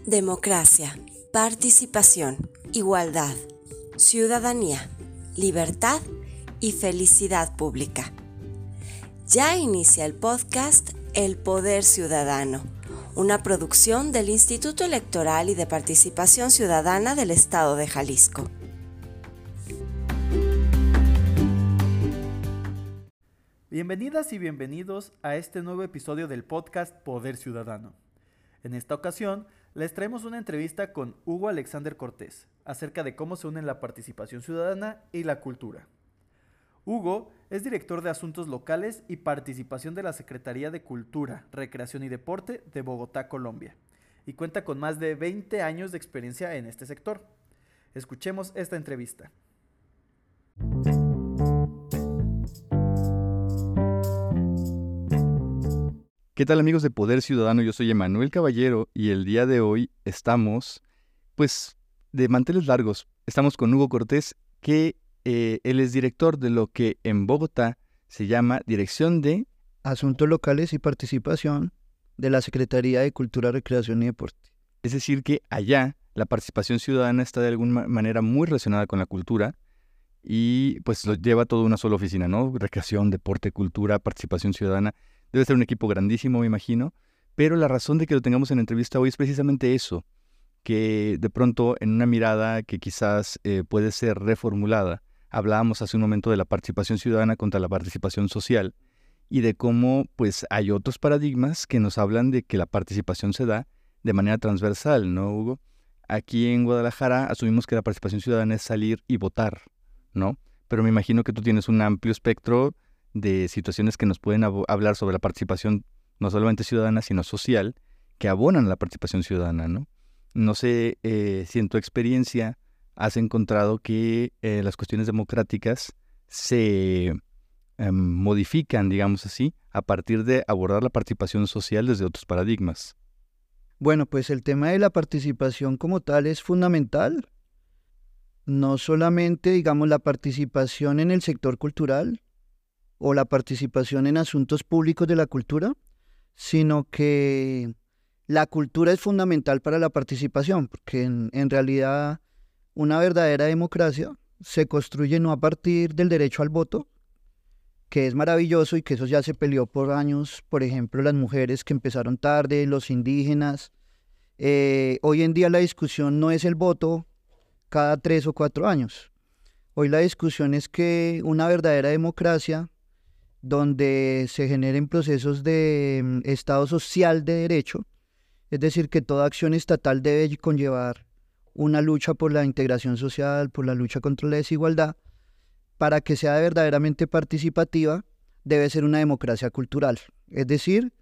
Democracia, participación, igualdad, ciudadanía, libertad y felicidad pública. Ya inicia el podcast El Poder Ciudadano, una producción del Instituto Electoral y de Participación Ciudadana del Estado de Jalisco. Bienvenidas y bienvenidos a este nuevo episodio del podcast Poder Ciudadano. En esta ocasión, les traemos una entrevista con Hugo Alexander Cortés acerca de cómo se unen la participación ciudadana y la cultura. Hugo es director de Asuntos Locales y Participación de la Secretaría de Cultura, Recreación y Deporte de Bogotá, Colombia, y cuenta con más de 20 años de experiencia en este sector. Escuchemos esta entrevista. ¿Qué tal, amigos de Poder Ciudadano? Yo soy Emanuel Caballero y el día de hoy estamos, de manteles largos. Estamos con Hugo Cortés, que él es director de lo que en Bogotá se llama Dirección de Asuntos Locales y Participación de la Secretaría de Cultura, Recreación y Deporte. Es decir, que allá la participación ciudadana está de alguna manera muy relacionada con la cultura y pues lo lleva toda una sola oficina, ¿no? Recreación, deporte, cultura, participación ciudadana. Debe ser un equipo grandísimo, me imagino, pero la razón de que lo tengamos en la entrevista hoy es precisamente eso, que de pronto en una mirada que quizás puede ser reformulada, hablábamos hace un momento de la participación ciudadana contra la participación social y de cómo pues hay otros paradigmas que nos hablan de que la participación se da de manera transversal, ¿no, Hugo? Aquí en Guadalajara asumimos que la participación ciudadana es salir y votar, ¿no? Pero me imagino que tú tienes un amplio espectro de situaciones que nos pueden hablar sobre la participación no solamente ciudadana, sino social, que abonan a la participación ciudadana, ¿no? No sé si en tu experiencia has encontrado que las cuestiones democráticas se modifican, digamos así, a partir de abordar la participación social desde otros paradigmas. Bueno, pues el tema de la participación como tal es fundamental. No solamente, digamos, la participación en el sector cultural o la participación en asuntos públicos de la cultura, sino que la cultura es fundamental para la participación, porque en realidad una verdadera democracia se construye no a partir del derecho al voto, que es maravilloso y que eso ya se peleó por años, por ejemplo, las mujeres que empezaron tarde, los indígenas. Hoy en día la discusión no es el voto cada 3 o 4 años. Hoy la discusión es que una verdadera democracia donde se generen procesos de Estado social de derecho, es decir, que toda acción estatal debe conllevar una lucha por la integración social, por la lucha contra la desigualdad. Para que sea verdaderamente participativa, debe ser una democracia cultural, es decir,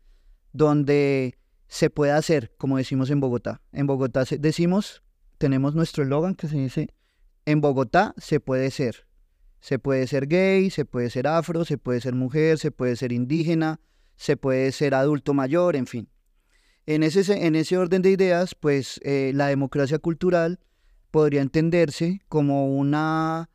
donde se pueda hacer, como decimos en Bogotá. En Bogotá decimos, tenemos nuestro eslogan que se dice, en Bogotá se puede ser. Se puede ser gay, se puede ser afro, se puede ser mujer, se puede ser indígena, se puede ser adulto mayor, en fin. En ese orden de ideas, pues la democracia cultural podría entenderse como una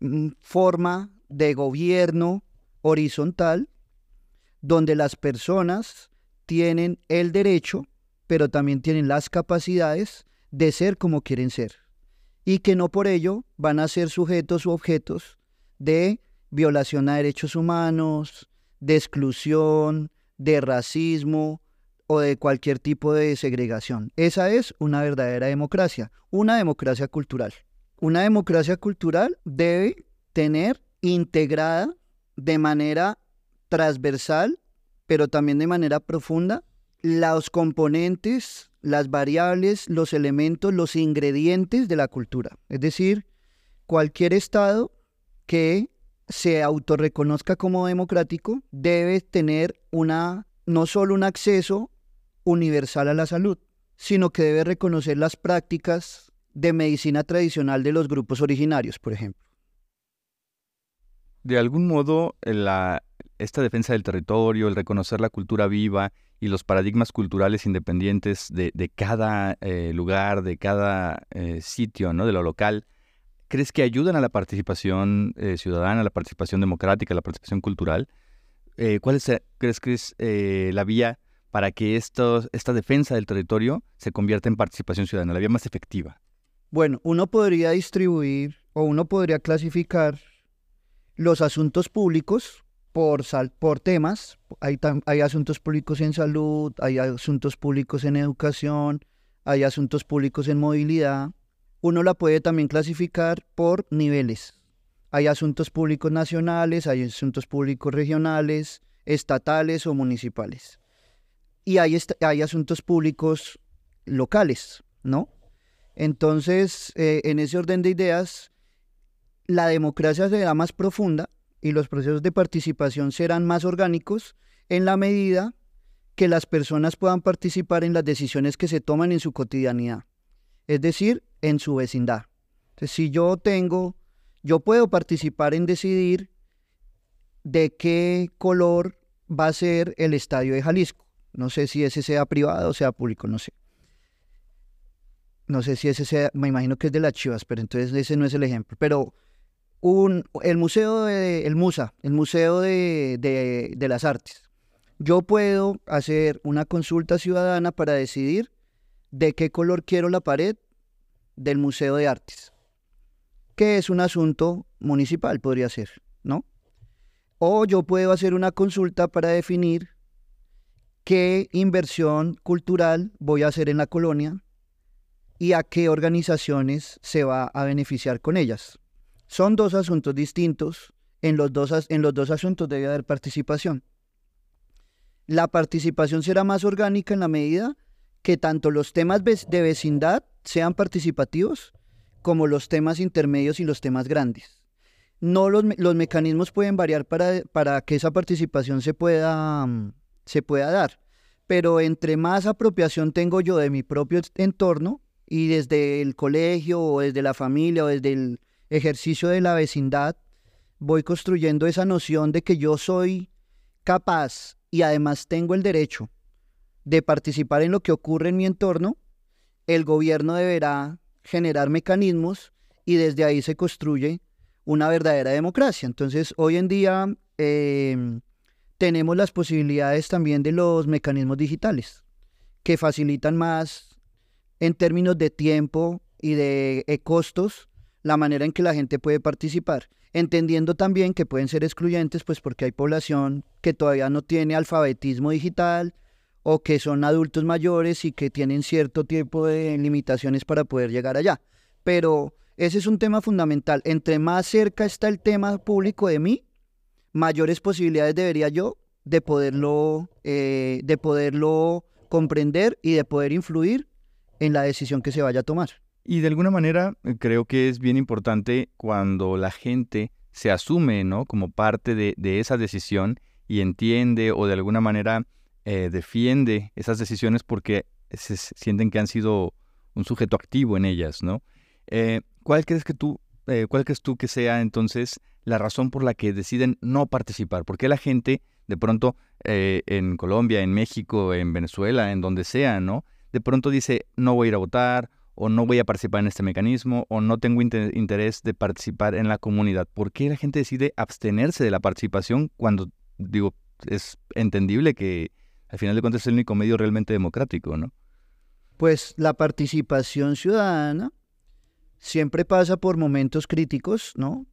forma de gobierno horizontal donde las personas tienen el derecho, pero también tienen las capacidades de ser como quieren ser y que no por ello van a ser sujetos u objetos de violación a derechos humanos, de exclusión, de racismo o de cualquier tipo de segregación. Esa es una verdadera democracia, una democracia cultural. Una democracia cultural debe tener integrada de manera transversal, pero también de manera profunda, los componentes, las variables, los elementos, los ingredientes de la cultura. Es decir, cualquier Estado que se autorreconozca como democrático debe tener no solo un acceso universal a la salud, sino que debe reconocer las prácticas de medicina tradicional de los grupos originarios, por ejemplo. De algún modo, esta defensa del territorio, el reconocer la cultura viva y los paradigmas culturales independientes de cada lugar, de cada sitio, ¿no? De lo local, ¿crees que ayudan a la participación ciudadana, a la participación democrática, a la participación cultural? ¿Cuál crees que es la vía para que esta defensa del territorio se convierta en participación ciudadana, la vía más efectiva? Bueno, uno podría distribuir o uno podría clasificar los asuntos públicos por temas. Hay asuntos públicos en salud, hay asuntos públicos en educación, hay asuntos públicos en movilidad. Uno la puede también clasificar por niveles. Hay asuntos públicos nacionales, hay asuntos públicos regionales, estatales o municipales. Y hay asuntos públicos locales, ¿no? Entonces, en ese orden de ideas, la democracia será más profunda y los procesos de participación serán más orgánicos en la medida que las personas puedan participar en las decisiones que se toman en su cotidianidad, es decir, en su vecindad. Entonces, si yo puedo participar en decidir de qué color va a ser el estadio de Jalisco. No sé si ese sea privado o sea público, no sé. No sé si ese sea, me imagino que es de las Chivas, pero entonces ese no es el ejemplo. Pero el Museo el Museo de las Artes. Yo puedo hacer una consulta ciudadana para decidir de qué color quiero la pared del Museo de Artes, que es un asunto municipal, podría ser, ¿no? O yo puedo hacer una consulta para definir qué inversión cultural voy a hacer en la colonia y a qué organizaciones se va a beneficiar con ellas. Son dos asuntos distintos. En los dos asuntos debe haber participación. La participación será más orgánica en la medida que tanto los temas de vecindad sean participativos como los temas intermedios y los temas grandes. No, los mecanismos pueden variar para que esa participación se pueda dar, pero entre más apropiación tengo yo de mi propio entorno y desde el colegio o desde la familia o desde el ejercicio de la vecindad, voy construyendo esa noción de que yo soy capaz y además tengo el derecho de participar en lo que ocurre en mi entorno. El gobierno deberá generar mecanismos y desde ahí se construye una verdadera democracia. Entonces, hoy en día tenemos las posibilidades también de los mecanismos digitales que facilitan más en términos de tiempo y de costos la manera en que la gente puede participar, entendiendo también que pueden ser excluyentes, pues porque hay población que todavía no tiene alfabetismo digital o que son adultos mayores y que tienen cierto tipo de limitaciones para poder llegar allá. Pero ese es un tema fundamental. Entre más cerca está el tema público de mí, mayores posibilidades debería yo de poderlo comprender y de poder influir en la decisión que se vaya a tomar. Y de alguna manera creo que es bien importante cuando la gente se asume, ¿no?, como parte de esa decisión y entiende o de alguna manera defiende esas decisiones porque se sienten que han sido un sujeto activo en ellas, ¿no? ¿Cuál crees tú que sea entonces la razón por la que deciden no participar? ¿Por qué la gente de pronto en Colombia, en México, en Venezuela, en donde sea, ¿no?, de pronto dice no voy a ir a votar o no voy a participar en este mecanismo o no tengo interés de participar en la comunidad? ¿Por qué la gente decide abstenerse de la participación cuando, digo, es entendible que al final de cuentas es el único medio realmente democrático, ¿no? Pues la participación ciudadana siempre pasa por momentos críticos, ¿no?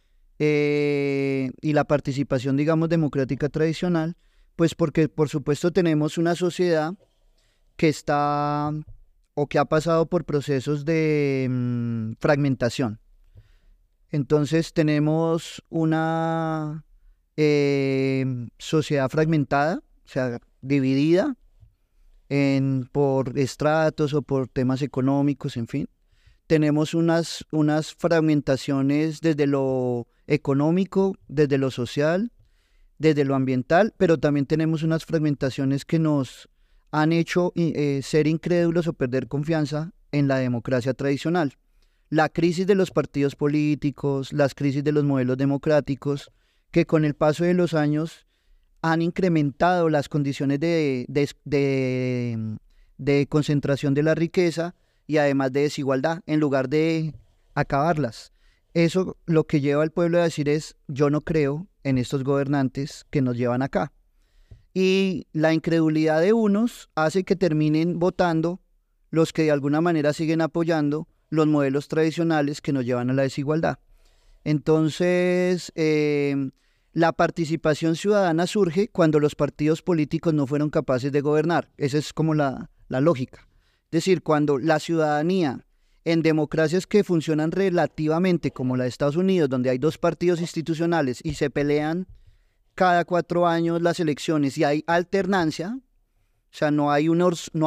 Y la participación, digamos, democrática tradicional, pues porque por supuesto tenemos una sociedad que está o que ha pasado por procesos de fragmentación. Entonces tenemos una sociedad fragmentada, o sea, dividida por estratos o por temas económicos, en fin. Tenemos unas fragmentaciones desde lo económico, desde lo social, desde lo ambiental, pero también tenemos unas fragmentaciones que nos han hecho ser incrédulos o perder confianza en la democracia tradicional. La crisis de los partidos políticos, las crisis de los modelos democráticos, que con el paso de los años han incrementado las condiciones de concentración de la riqueza y además de desigualdad, en lugar de acabarlas. Eso lo que lleva al pueblo a decir es, yo no creo en estos gobernantes que nos llevan acá. y la incredulidad de unos hace que terminen votando los que de alguna manera siguen apoyando los modelos tradicionales que nos llevan a la desigualdad. Entonces, la participación ciudadana surge cuando los partidos políticos no fueron capaces de gobernar. Esa es como la lógica. Es decir, cuando la ciudadanía en democracias que funcionan relativamente como la de Estados Unidos, donde hay 2 partidos institucionales y se pelean cada 4 años las elecciones y hay alternancia, o sea, no hay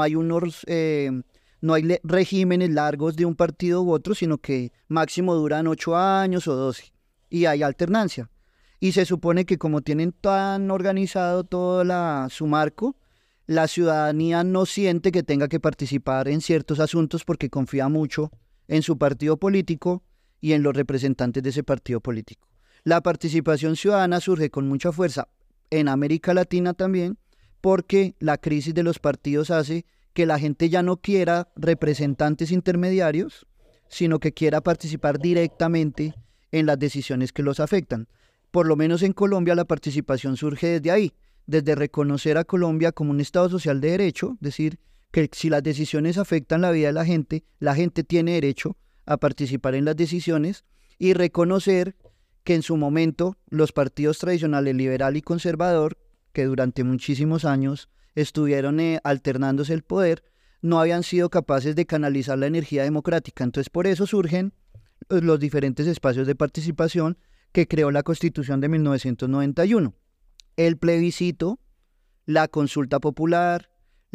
regímenes largos de un partido u otro, sino que máximo duran 8 años o 12 y hay alternancia. Y se supone que como tienen tan organizado todo su marco, la ciudadanía no siente que tenga que participar en ciertos asuntos porque confía mucho en su partido político y en los representantes de ese partido político. La participación ciudadana surge con mucha fuerza en América Latina también, porque la crisis de los partidos hace que la gente ya no quiera representantes intermediarios, sino que quiera participar directamente en las decisiones que los afectan. Por lo menos en Colombia la participación surge desde ahí, desde reconocer a Colombia como un Estado social de derecho, es decir, que si las decisiones afectan la vida de la gente tiene derecho a participar en las decisiones, y reconocer que en su momento los partidos tradicionales liberal y conservador, que durante muchísimos años estuvieron alternándose el poder, no habían sido capaces de canalizar la energía democrática. Entonces por eso surgen los diferentes espacios de participación que creó la Constitución de 1991. El plebiscito, la consulta popular,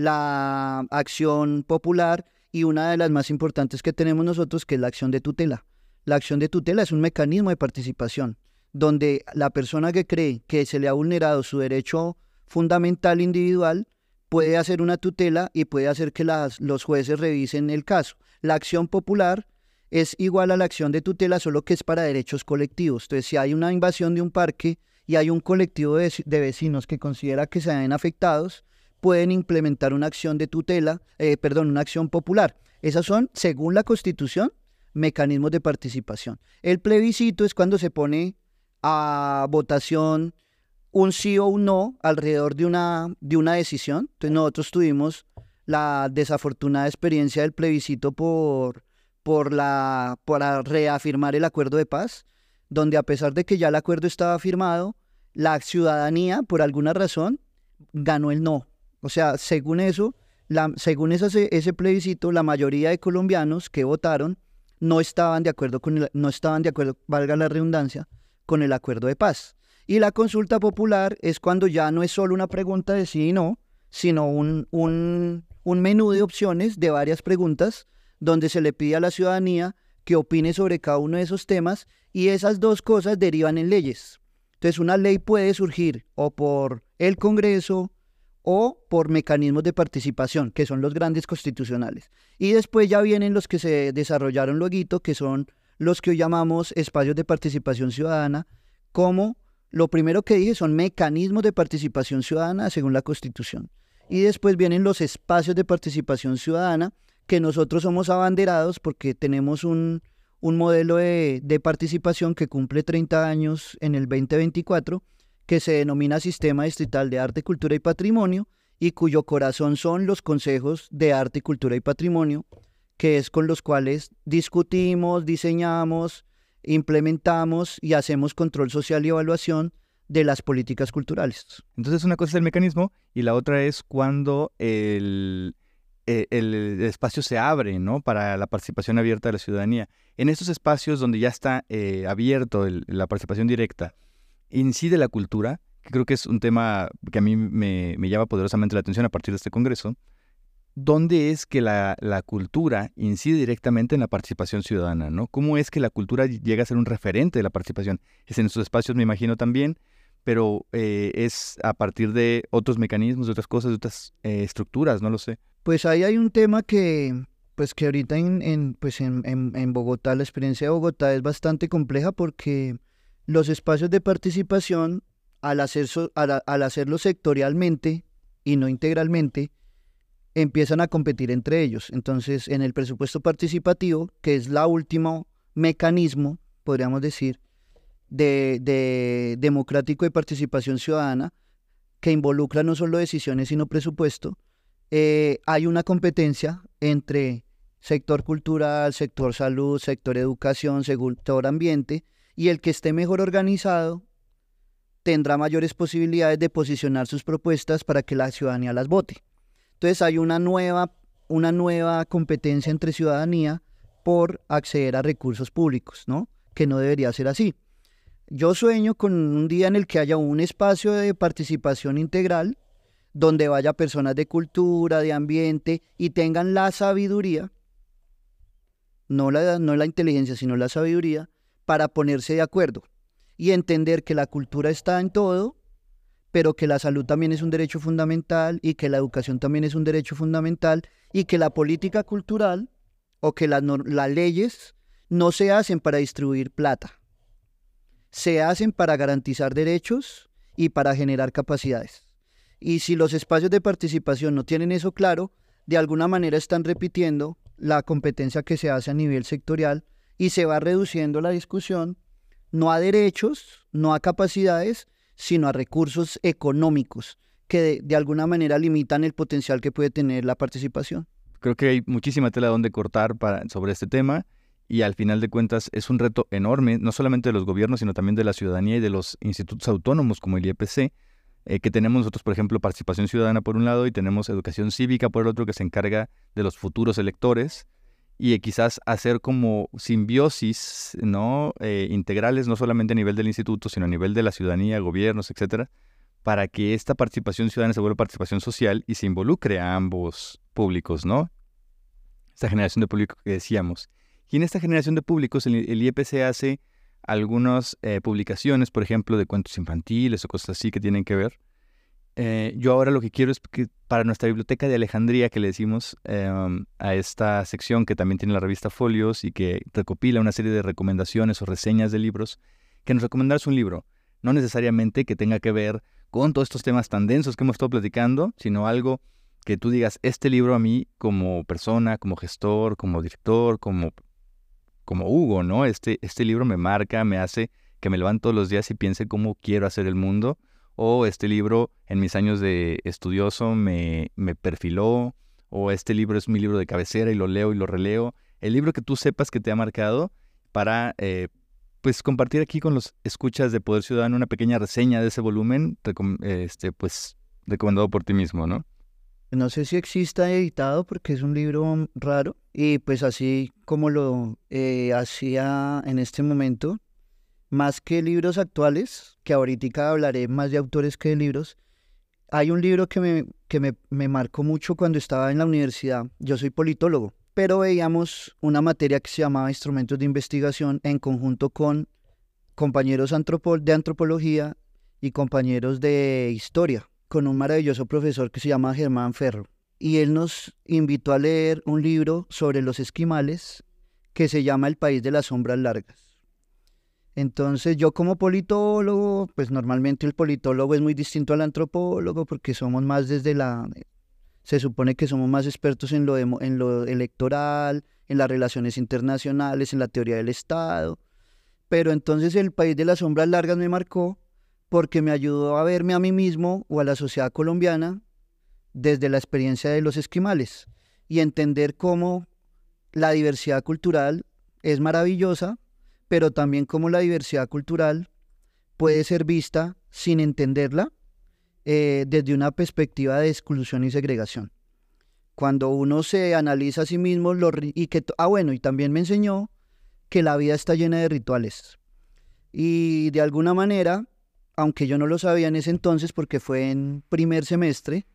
la acción popular y una de las más importantes que tenemos nosotros, que es la acción de tutela. La acción de tutela es un mecanismo de participación donde la persona que cree que se le ha vulnerado su derecho fundamental individual puede hacer una tutela y puede hacer que los jueces revisen el caso. La acción popular es igual a la acción de tutela, solo que es para derechos colectivos. Entonces, si hay una invasión de un parque y hay un colectivo de vecinos que considera que se ven afectados, pueden implementar una acción de tutela, una acción popular. Esas son, según la Constitución, mecanismos de participación. El plebiscito es cuando se pone a votación un sí o un no alrededor de una decisión. Entonces nosotros tuvimos la desafortunada experiencia del plebiscito para reafirmar el acuerdo de paz, donde a pesar de que ya el acuerdo estaba firmado, la ciudadanía, por alguna razón, ganó el no. O sea, según eso, ese plebiscito, la mayoría de colombianos que votaron no estaban de acuerdo, valga la redundancia, con el acuerdo de paz. Y la consulta popular es cuando ya no es solo una pregunta de sí y no, sino un menú de opciones de varias preguntas donde se le pide a la ciudadanía que opine sobre cada uno de esos temas, y esas 2 cosas derivan en leyes. Entonces una ley puede surgir o por el Congreso o por mecanismos de participación, que son los grandes constitucionales. Y después ya vienen los que se desarrollaron luego, que son los que hoy llamamos espacios de participación ciudadana, como lo primero que dije son mecanismos de participación ciudadana según la Constitución. Y después vienen los espacios de participación ciudadana, que nosotros somos abanderados porque tenemos un modelo de participación que cumple 30 años en el 2024, que se denomina Sistema Distrital de Arte, Cultura y Patrimonio, y cuyo corazón son los consejos de arte, cultura y patrimonio, que es con los cuales discutimos, diseñamos, implementamos y hacemos control social y evaluación de las políticas culturales. Entonces una cosa es el mecanismo y la otra es cuando el espacio se abre, ¿no?, para la participación abierta de la ciudadanía. En estos espacios donde ya está abierto la participación directa, incide la cultura, que creo que es un tema que a mí me llama poderosamente la atención a partir de este congreso. ¿Dónde es que la cultura incide directamente en la participación ciudadana, ¿no? ¿Cómo es que la cultura llega a ser un referente de la participación? Es en estos espacios, me imagino, también, pero es a partir de otros mecanismos, de otras cosas, de otras estructuras, no lo sé. Pues ahí hay un tema que ahorita en Bogotá, la experiencia de Bogotá es bastante compleja, porque los espacios de participación, al hacerlo sectorialmente y no integralmente, empiezan a competir entre ellos. Entonces, en el presupuesto participativo, que es el último mecanismo, podríamos decir, de democrático de participación ciudadana, que involucra no solo decisiones, sino presupuesto, hay una competencia entre sector cultural, sector salud, sector educación, sector ambiente, y el que esté mejor organizado tendrá mayores posibilidades de posicionar sus propuestas para que la ciudadanía las vote. Entonces hay una nueva competencia entre ciudadanía por acceder a recursos públicos, ¿no? Que no debería ser así. Yo sueño con un día en el que haya un espacio de participación integral donde vaya personas de cultura, de ambiente y tengan la sabiduría, no la inteligencia, sino la sabiduría, para ponerse de acuerdo y entender que la cultura está en todo, pero que la salud también es un derecho fundamental y que la educación también es un derecho fundamental y que la política cultural o que las leyes no se hacen para distribuir plata, se hacen para garantizar derechos y para generar capacidades. Y si los espacios de participación no tienen eso claro, de alguna manera están repitiendo la competencia que se hace a nivel sectorial y se va reduciendo la discusión no a derechos, no a capacidades, sino a recursos económicos que de alguna manera limitan el potencial que puede tener la participación. Creo que hay muchísima tela donde cortar sobre este tema y al final de cuentas es un reto enorme, no solamente de los gobiernos, sino también de la ciudadanía y de los institutos autónomos como el IEPC, que tenemos nosotros, por ejemplo, participación ciudadana por un lado y tenemos educación cívica por el otro que se encarga de los futuros electores y quizás hacer como simbiosis, ¿no? Integrales, no solamente a nivel del instituto, sino a nivel de la ciudadanía, gobiernos, etcétera, para que esta participación ciudadana se vuelva participación social y se involucre a ambos públicos, ¿no? Esta generación de público que decíamos. Y en esta generación de públicos, el IEPC hace algunas publicaciones, por ejemplo, de cuentos infantiles o cosas así que tienen que ver. Yo ahora lo que quiero es que para nuestra biblioteca de Alejandría, que le decimos a esta sección que también tiene la revista Folios y que recopila una serie de recomendaciones o reseñas de libros, que nos recomendaras un libro, no necesariamente que tenga que ver con todos estos temas tan densos que hemos estado platicando, sino algo que tú digas, este libro a mí como persona, como gestor, como director, como Hugo, ¿no? Este libro me marca, me hace que me levanto todos los días y piense cómo quiero hacer el mundo, o este libro en mis años de estudioso me perfiló, o este libro es mi libro de cabecera y lo leo y lo releo. El libro que tú sepas que te ha marcado para pues compartir aquí con los escuchas de Poder Ciudadano una pequeña reseña de ese volumen, pues recomendado por ti mismo, ¿no? No sé si exista editado porque es un libro raro y pues así como lo hacía en este momento, más que libros actuales, que ahorita hablaré más de autores que de libros, hay un libro que me marcó mucho cuando estaba en la universidad. Yo soy politólogo, pero veíamos una materia que se llamaba Instrumentos de Investigación en conjunto con compañeros de antropología y compañeros de historia, con un maravilloso profesor que se llama Germán Ferro. Y él nos invitó a leer un libro sobre los esquimales que se llama El País de las Sombras Largas. Entonces yo como politólogo, pues normalmente el politólogo es muy distinto al antropólogo porque somos más se supone que somos más expertos en lo electoral, en las relaciones internacionales, en la teoría del Estado. Pero entonces El País de las Sombras Largas me marcó porque me ayudó a verme a mí mismo o a la sociedad colombiana desde la experiencia de los esquimales y entender cómo la diversidad cultural es maravillosa, pero también cómo la diversidad cultural puede ser vista sin entenderla desde una perspectiva de exclusión y segregación. Cuando uno se analiza a sí mismo, y también me enseñó que la vida está llena de rituales. Y de alguna manera, aunque yo no lo sabía en ese entonces porque fue en primer semestre,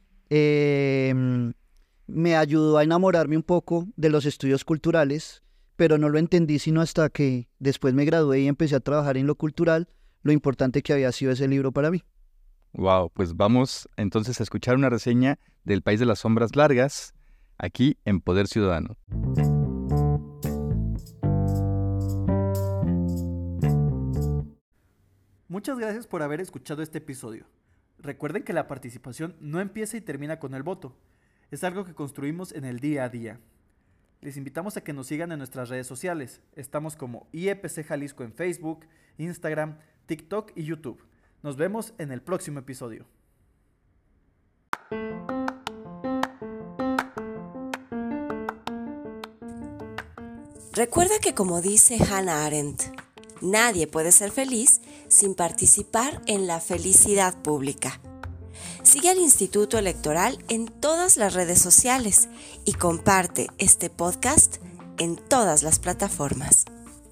me ayudó a enamorarme un poco de los estudios culturales, pero no lo entendí sino hasta que después me gradué y empecé a trabajar en lo cultural, lo importante que había sido ese libro para mí. Wow, pues vamos entonces a escuchar una reseña del País de las Sombras Largas, aquí en Poder Ciudadano. Muchas gracias por haber escuchado este episodio. Recuerden que la participación no empieza y termina con el voto. Es algo que construimos en el día a día. Les invitamos a que nos sigan en nuestras redes sociales. Estamos como IEPC Jalisco en Facebook, Instagram, TikTok y YouTube. Nos vemos en el próximo episodio. Recuerda que, como dice Hannah Arendt, nadie puede ser feliz sin participar en la felicidad pública. Sigue al Instituto Electoral en todas las redes sociales y comparte este podcast en todas las plataformas.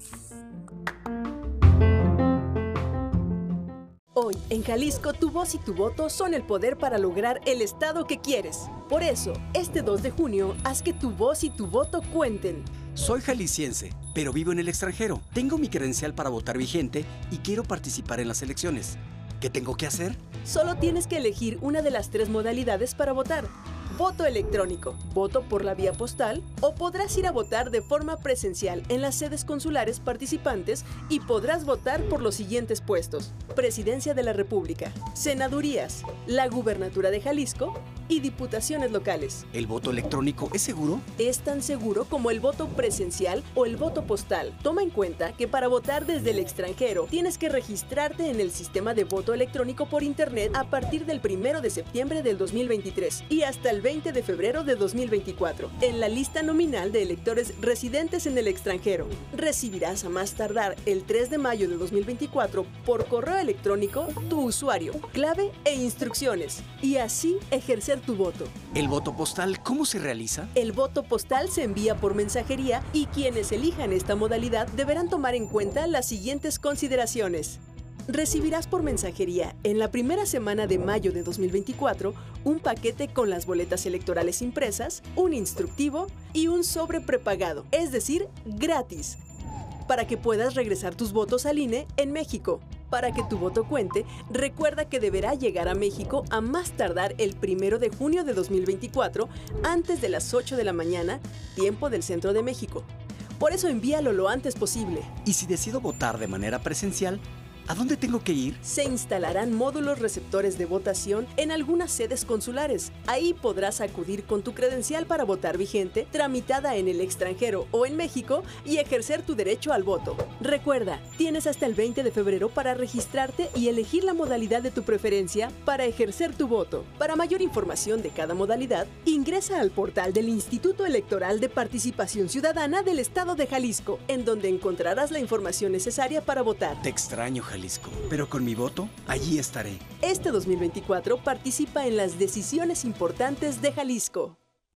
Hoy, en Jalisco, tu voz y tu voto son el poder para lograr el estado que quieres. Por eso, este 2 de junio, haz que tu voz y tu voto cuenten. Soy jalisciense, pero vivo en el extranjero. Tengo mi credencial para votar vigente y quiero participar en las elecciones. ¿Qué tengo que hacer? Solo tienes que elegir una de las 3 modalidades para votar. Voto electrónico, voto por la vía postal o podrás ir a votar de forma presencial en las sedes consulares participantes y podrás votar por los siguientes puestos: Presidencia de la República, Senadurías, la Gubernatura de Jalisco y diputaciones locales. ¿El voto electrónico es seguro? Es tan seguro como el voto presencial o el voto postal. Toma en cuenta que para votar desde el extranjero tienes que registrarte en el sistema de voto electrónico por internet a partir del 1 de septiembre del 2023 y hasta el 20 de febrero de 2024 en la lista nominal de electores residentes en el extranjero. Recibirás a más tardar el 3 de mayo de 2024 por correo electrónico tu usuario, clave e instrucciones y así ejercer tu voto. ¿El voto postal cómo se realiza? El voto postal se envía por mensajería y quienes elijan esta modalidad deberán tomar en cuenta las siguientes consideraciones. Recibirás por mensajería en la primera semana de mayo de 2024 un paquete con las boletas electorales impresas, un instructivo y un sobre prepagado, es decir, gratis, para que puedas regresar tus votos al INE en México. Para que tu voto cuente, recuerda que deberá llegar a México a más tardar el 1 de junio de 2024 antes de las 8 de la mañana, tiempo del centro de México. Por eso envíalo lo antes posible. Y si decido votar de manera presencial, ¿a dónde tengo que ir? Se instalarán módulos receptores de votación en algunas sedes consulares. Ahí podrás acudir con tu credencial para votar vigente, tramitada en el extranjero o en México, y ejercer tu derecho al voto. Recuerda, tienes hasta el 20 de febrero para registrarte y elegir la modalidad de tu preferencia para ejercer tu voto. Para mayor información de cada modalidad, ingresa al portal del Instituto Electoral de Participación Ciudadana del Estado de Jalisco, en donde encontrarás la información necesaria para votar. Te extraño, Jalisco, pero con mi voto, allí estaré. Este 2024 participa en las decisiones importantes de Jalisco.